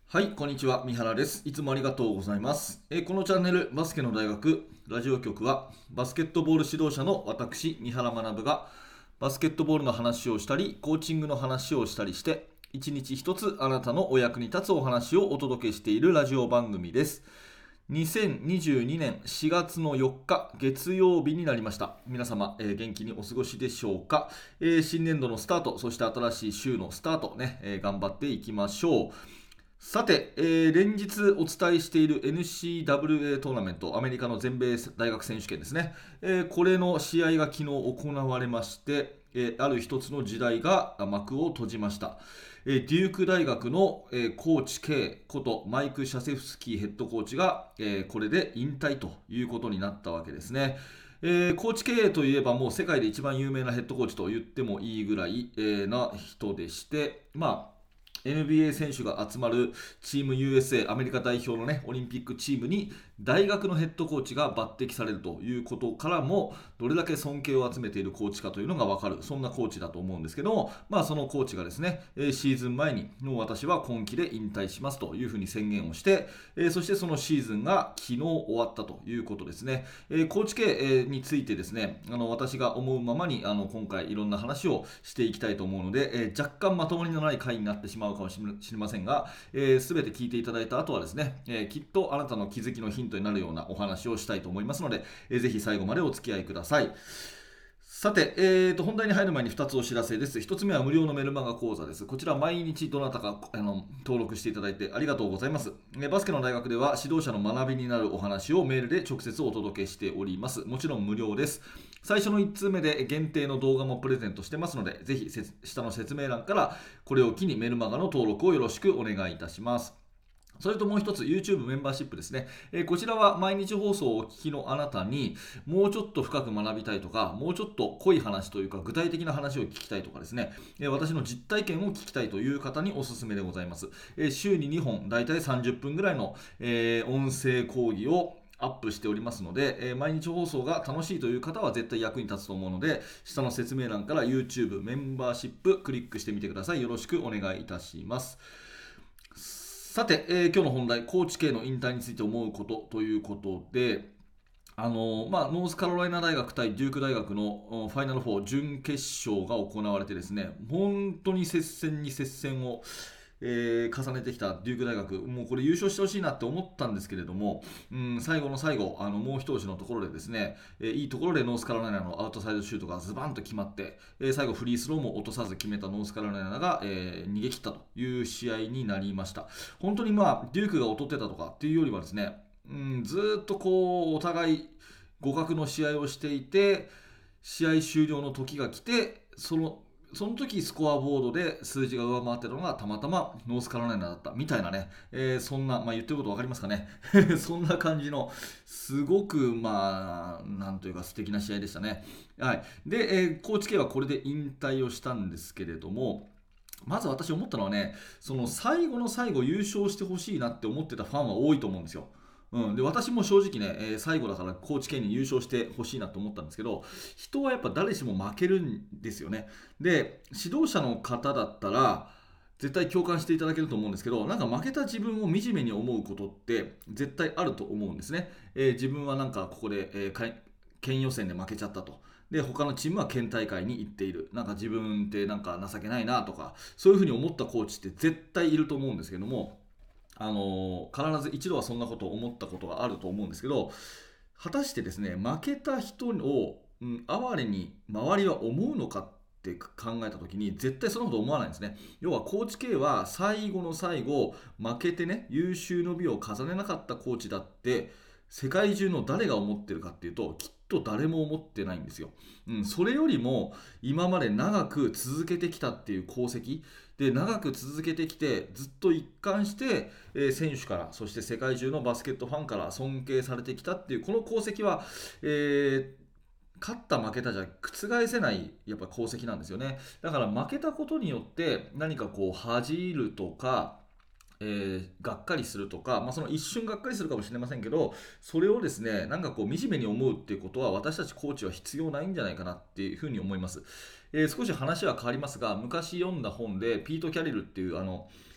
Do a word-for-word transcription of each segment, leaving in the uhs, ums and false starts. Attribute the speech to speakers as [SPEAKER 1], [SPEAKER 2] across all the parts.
[SPEAKER 1] はい、こんにちは。三原です。いつもありがとうございます。えーこのチャンネル、バスケの大学ラジオ局は、バスケットボール指導者の私、三原学が、バスケットボールの話をしたり、コーチングの話をしたりして、一日一つあなたのお役に立つお話をお届けしているラジオ番組です。にせんにじゅうにねんしがつのよっか月曜日になりました。皆様、えー元気にお過ごしでしょうか。えー新年度のスタート、そして新しい週のスタートね、えー頑張っていきましょう。さて、えー連日お伝えしている エヌシーダブリューエー トーナメント、アメリカの全米大学選手権ですね、えーこれの試合が昨日行われまして、えーある一つの時代が幕を閉じました。えーデューク大学の、えーコーチ K ことマイク・シャセフスキーヘッドコーチが、えーこれで引退ということになったわけですね。えーコーチ K といえばもう世界で一番有名なヘッドコーチと言ってもいいぐらい、えーな人でして、まあ エヌビーエー 選手が集まるチーム ユーエスエー アメリカ代表のねオリンピックチームに大学のヘッドコーチが抜擢されるということからもどれだけ尊敬を集めているコーチかというのが分かる、そんなコーチだと思うんですけども、まあそのコーチがですねえーシーズン前にもう私は今季で引退しますというふうに宣言をして、えーそしてそのシーズンが昨日終わったということですね。えーコーチ系、えーについてですね、あの私が思うままにあの今回いろんな話をしていきたいと思うので、えー若干まとまりのない回になってしまうかもしれませんが、えー、全て聞いていただいた後はですね、えーきっとあなたの気づきのヒントになるようなお話をしたいと思いますので、えーぜひ最後までお付き合いください。さて、えー、と本題に入る前にふたつお知らせです。ひとつめは無料のメルマガ講座です。こちら毎日どなたかあの登録していただいてありがとうございます。えーバスケの大学では指導者の学びになるお話をメールで直接お届けしております。もちろん無料です。最初のいっ通目で限定の動画もプレゼントしてますので、ぜひせ下の説明欄からこれを機にメルマガの登録をよろしくお願いいたします。それともう一つ YouTube メンバーシップですね、えーこちらは毎日放送をお聞きのあなたにもうちょっと深く学びたいとか、もうちょっと濃い話というか具体的な話を聞きたいとかですね、えー私の実体験を聞きたいという方におすすめでございます。えー週ににほんだいたいさんじゅっぷんぐらいの、えー音声講義をアップしておりますので、えー毎日放送が楽しいという方は絶対役に立つと思うので、下の説明欄から YouTube メンバーシップクリックしてみてください。よろしくお願いいたします。さて、えー今日の本題、コーチ系の引退について思うことということで、あのーまあ、ノースカロライナ大学対デューク大学のおファイナルフォー準決勝が行われてですね、本当に接戦に接戦を、えー重ねてきたデューク大学、もうこれ優勝してほしいなって思ったんですけれども、うん、最後の最後、あのもう一押しのところでですね、えーいいところでノースカロライナのアウトサイドシュートがズバンと決まって、えー最後フリースローも落とさず決めたノースカロライナが、えー逃げ切ったという試合になりました。本当にまあ、デュークが劣ってたとかっていうよりはですね、うん、ずーっとこう、お互い互角の試合をしていて、試合終了の時が来て、そのその時スコアボードで数字が上回ってたのがたまたまノースカロライナだったみたいなね、えーそんな、まあ、言ってること分かりますかねそんな感じのすごくまあなんというか素敵な試合でしたね。はい、で、えー、コーチ系はこれで引退をしたんですけれども、まず私思ったのはね、その最後の最後優勝してほしいなって思ってたファンは多いと思うんですよ。うん、で私も正直ね、えー最後だから高知県に優勝してほしいなと思ったんですけど、人はやっぱ誰しも負けるんですよね。で、指導者の方だったら絶対共感していただけると思うんですけど、なんか負けた自分を惨めに思うことって絶対あると思うんですね。えー自分はなんかここで、えーかい県予選で負けちゃったと。で他のチームは県大会に行っている、なんか自分ってなんか情けないなとか、そういうふうに思ったコーチって絶対いると思うんですけども、あの必ず一度はそんなことを思ったことがあると思うんですけど、果たしてですね負けた人を、うん、哀れに周りは思うのかって考えた時に絶対そんなこと思わないんですね。要はコーチ系は最後の最後負けてね優秀の美を重ねなかったコーチだって世界中の誰が思ってるかっていうと、きっと誰も思ってないんですよ。うん、それよりも今まで長く続けてきたっていう功績で、長く続けてきてずっと一貫して、えー選手からそして世界中のバスケットファンから尊敬されてきたっていうこの功績は、えー勝った負けたじゃ覆せないやっぱ功績なんですよね。だから負けたことによって何かこう恥じるとか、えーがっかりするとか、まあ、その一瞬がっかりするかもしれませんけど、それをですねなんかこう惨めに思うっていうことは私たちコーチは必要ないんじゃないかなっていうふうに思います。えー少し話は変わりますが、昔読んだ本でピート・キャリルっていうあの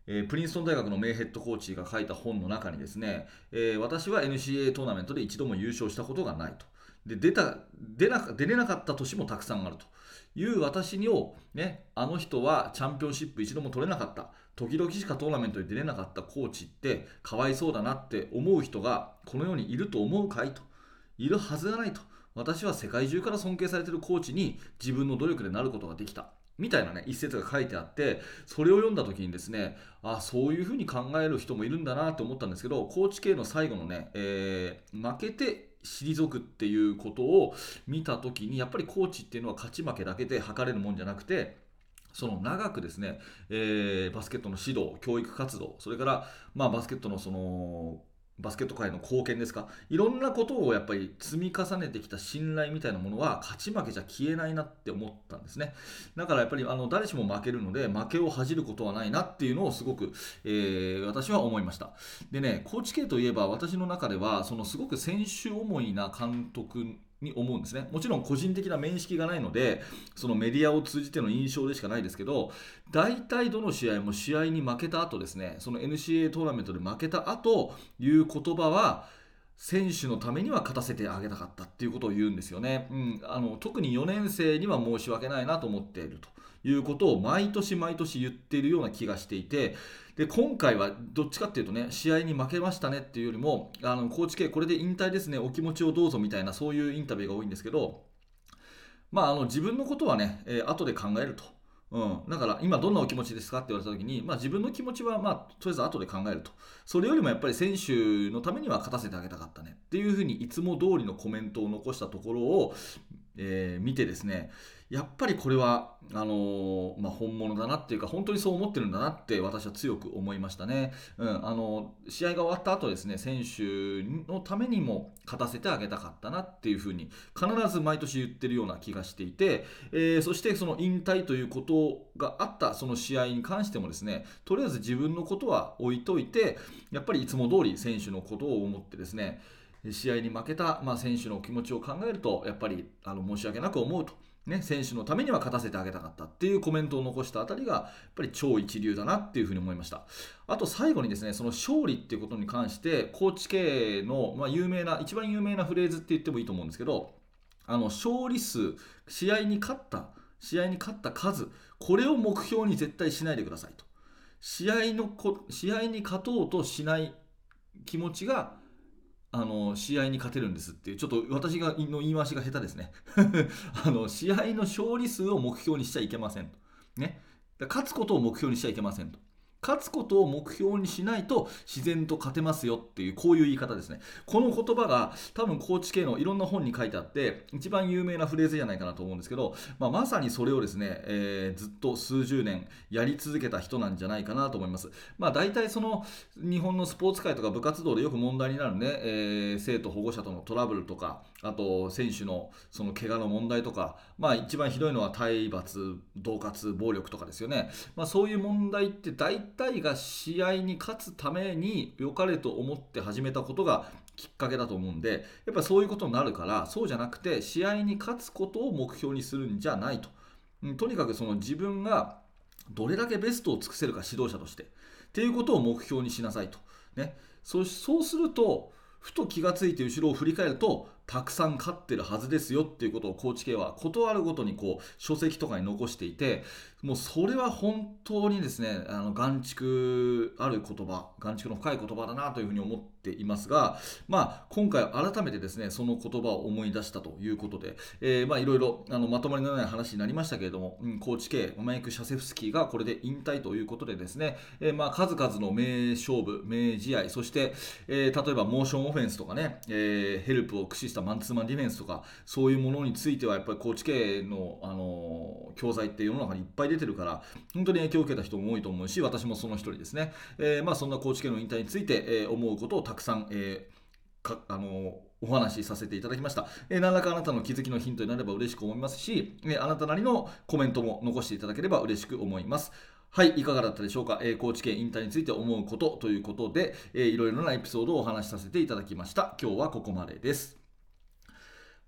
[SPEAKER 1] えープリンストン大学の名ヘッドコーチが書いた本の中にですね、えー私は エヌシーエー トーナメントで一度も優勝したことがないと。で出た出な出れなかった年もたくさんあるという私を、ね、あの人はチャンピオンシップ一度も取れなかった、時々しかトーナメントに出れなかったコーチってかわいそうだなって思う人がこの世にいると思うかいと。いるはずがないと。私は世界中から尊敬されているコーチに自分の努力でなることができたみたいなね一節が書いてあって、それを読んだ時にですね、あ、そういうふうに考える人もいるんだなと思ったんですけど、コーチ系の最後のね、えー負けて退くっていうことを見た時に、やっぱりコーチっていうのは勝ち負けだけで測れるもんじゃなくて、その長くですね、えーバスケットの指導、教育活動、それから、まあ、バスケットのそのバスケット界の貢献ですか、いろんなことをやっぱり積み重ねてきた信頼みたいなものは勝ち負けじゃ消えないなって思ったんですね。だからやっぱりあの誰しも負けるので、負けを恥じることはないなっていうのをすごく、えー私は思いました。でね、コーチ系といえば私の中ではそのすごく選手思いな監督に思うんですね。もちろん個人的な面識がないので、そのメディアを通じての印象でしかないですけど、大体どの試合も試合に負けた後ですね、その エヌシーエー トーナメントで負けた後いう言葉は、選手のためには勝たせてあげたかったっていうことを言うんですよね。うん、あの特によねん生には申し訳ないなと思っているということを毎年毎年言っているような気がしていて、で今回はどっちかっていうとね、試合に負けましたねっていうよりも、あのコーチ系これで引退ですね、お気持ちをどうぞみたいな、そういうインタビューが多いんですけど、まあ、あの自分のことはね、えー後で考えると。うん、だから今どんなお気持ちですかって言われた時に、まあ、自分の気持ちは、まあ、とりあえず後で考えると。それよりもやっぱり選手のためには勝たせてあげたかったねっていうふうにいつも通りのコメントを残したところを、えー見てですね、やっぱりこれはあのーまあ、本物だなっていうか、本当にそう思ってるんだなって私は強く思いましたね。うん、あの試合が終わった後ですね、選手のためにも勝たせてあげたかったなっていうふうに必ず毎年言ってるような気がしていて、えーそしてその引退ということがあったその試合に関してもですね、とりあえず自分のことは置いといて、やっぱりいつも通り選手のことを思ってですね、試合に負けた、まあ、選手の気持ちを考えると、やっぱりあの申し訳なく思うと。ね、選手のためには勝たせてあげたかったっていうコメントを残したあたりがやっぱり超一流だなっていうふうに思いました。あと最後にですね、その勝利っていうことに関してコーチ系の、まあ、有名な一番有名なフレーズって言ってもいいと思うんですけど、あの勝利数、試合に勝った試合に勝った数、これを目標に絶対しないでくださいと。試合のこ試合に勝とうとしない気持ちがあの試合に勝てるんですっていう、ちょっと私がの言い回しが下手ですね。あの試合の勝利数を目標にしちゃいけませんと、ね、勝つことを目標にしちゃいけませんと。勝つことを目標にしないと自然と勝てますよっていう、こういう言い方ですね。この言葉が多分コーチ系のいろんな本に書いてあって一番有名なフレーズじゃないかなと思うんですけど、まあ、まさにそれをですね、えーずっと数十年やり続けた人なんじゃないかなと思います。まあ、大体その日本のスポーツ界とか部活動でよく問題になるね、えー生徒保護者とのトラブルとか、あと選手のその怪我の問題とか、まあ、一番ひどいのは体罰、恫喝、暴力とかですよね。まあ、そういう問題って大体が試合に勝つために良かれと思って始めたことがきっかけだと思うんで、やっぱりそういうことになるから、そうじゃなくて試合に勝つことを目標にするんじゃないと。うん、とにかくその自分がどれだけベストを尽くせるか、指導者としてっていうことを目標にしなさいと、ね、そうそうするとふと気がついて後ろを振り返るとたくさん勝ってるはずですよっていうことをコーチ系は断るごとにこう書籍とかに残していて、もうそれは本当にですね、あの眼蓄ある言葉、眼蓄の深い言葉だなというふうに思っていますが、まあ、今回改めてですねその言葉を思い出したということで、えーまあいろいろあのまとまりのない話になりましたけれども、うん、コーチ系マイク・シャセフスキーがこれで引退ということでですね、えーまあ数々の名勝負、名試合、そして、えー例えばモーションオフェンスとかね、えーヘルプを駆使したマンツーマンディフェンスとか、そういうものについてはやっぱりコーチ系の、あのー教材って世の中にいっぱい出てるから、本当に影響を受けた人も多いと思うし、私もその一人ですね。えーまあ、そんなコーチ系の引退について、えー思うことをたくさん、えーかあのーお話しさせていただきました、えー何らかあなたの気づきのヒントになれば嬉しく思いますし、えーあなたなりのコメントも残していただければ嬉しく思います。はい、いかがだったでしょうか。えー、コーチ系引退について思うことということで、えーいろいろなエピソードをお話しさせていただきました。今日はここまでです。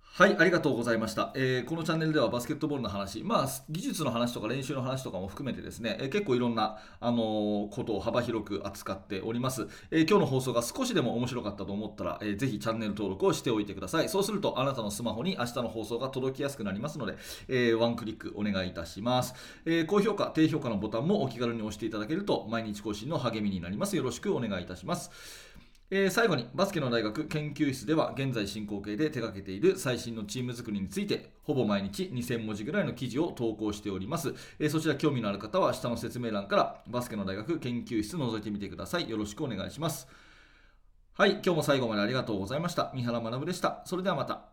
[SPEAKER 1] はい、ありがとうございました。えーこのチャンネルではバスケットボールの話、まあ、技術の話とか練習の話とかも含めてですね、えー結構いろんな、あのーことを幅広く扱っております。えー今日の放送が少しでも面白かったと思ったら、えーぜひチャンネル登録をしておいてください。そうすると、あなたのスマホに明日の放送が届きやすくなりますので、えーワンクリックお願いいたします。えー高評価、低評価のボタンもお気軽に押していただけると、毎日更新の励みになります。よろしくお願いいたします。えー最後にバスケの大学研究室では現在進行形で手掛けている最新のチーム作りについてほぼ毎日にせんもじぐらいの記事を投稿しております。えーそちら興味のある方は下の説明欄からバスケの大学研究室覗いてみてください。よろしくお願いします。はい、今日も最後までありがとうございました。三原学でした。それではまた。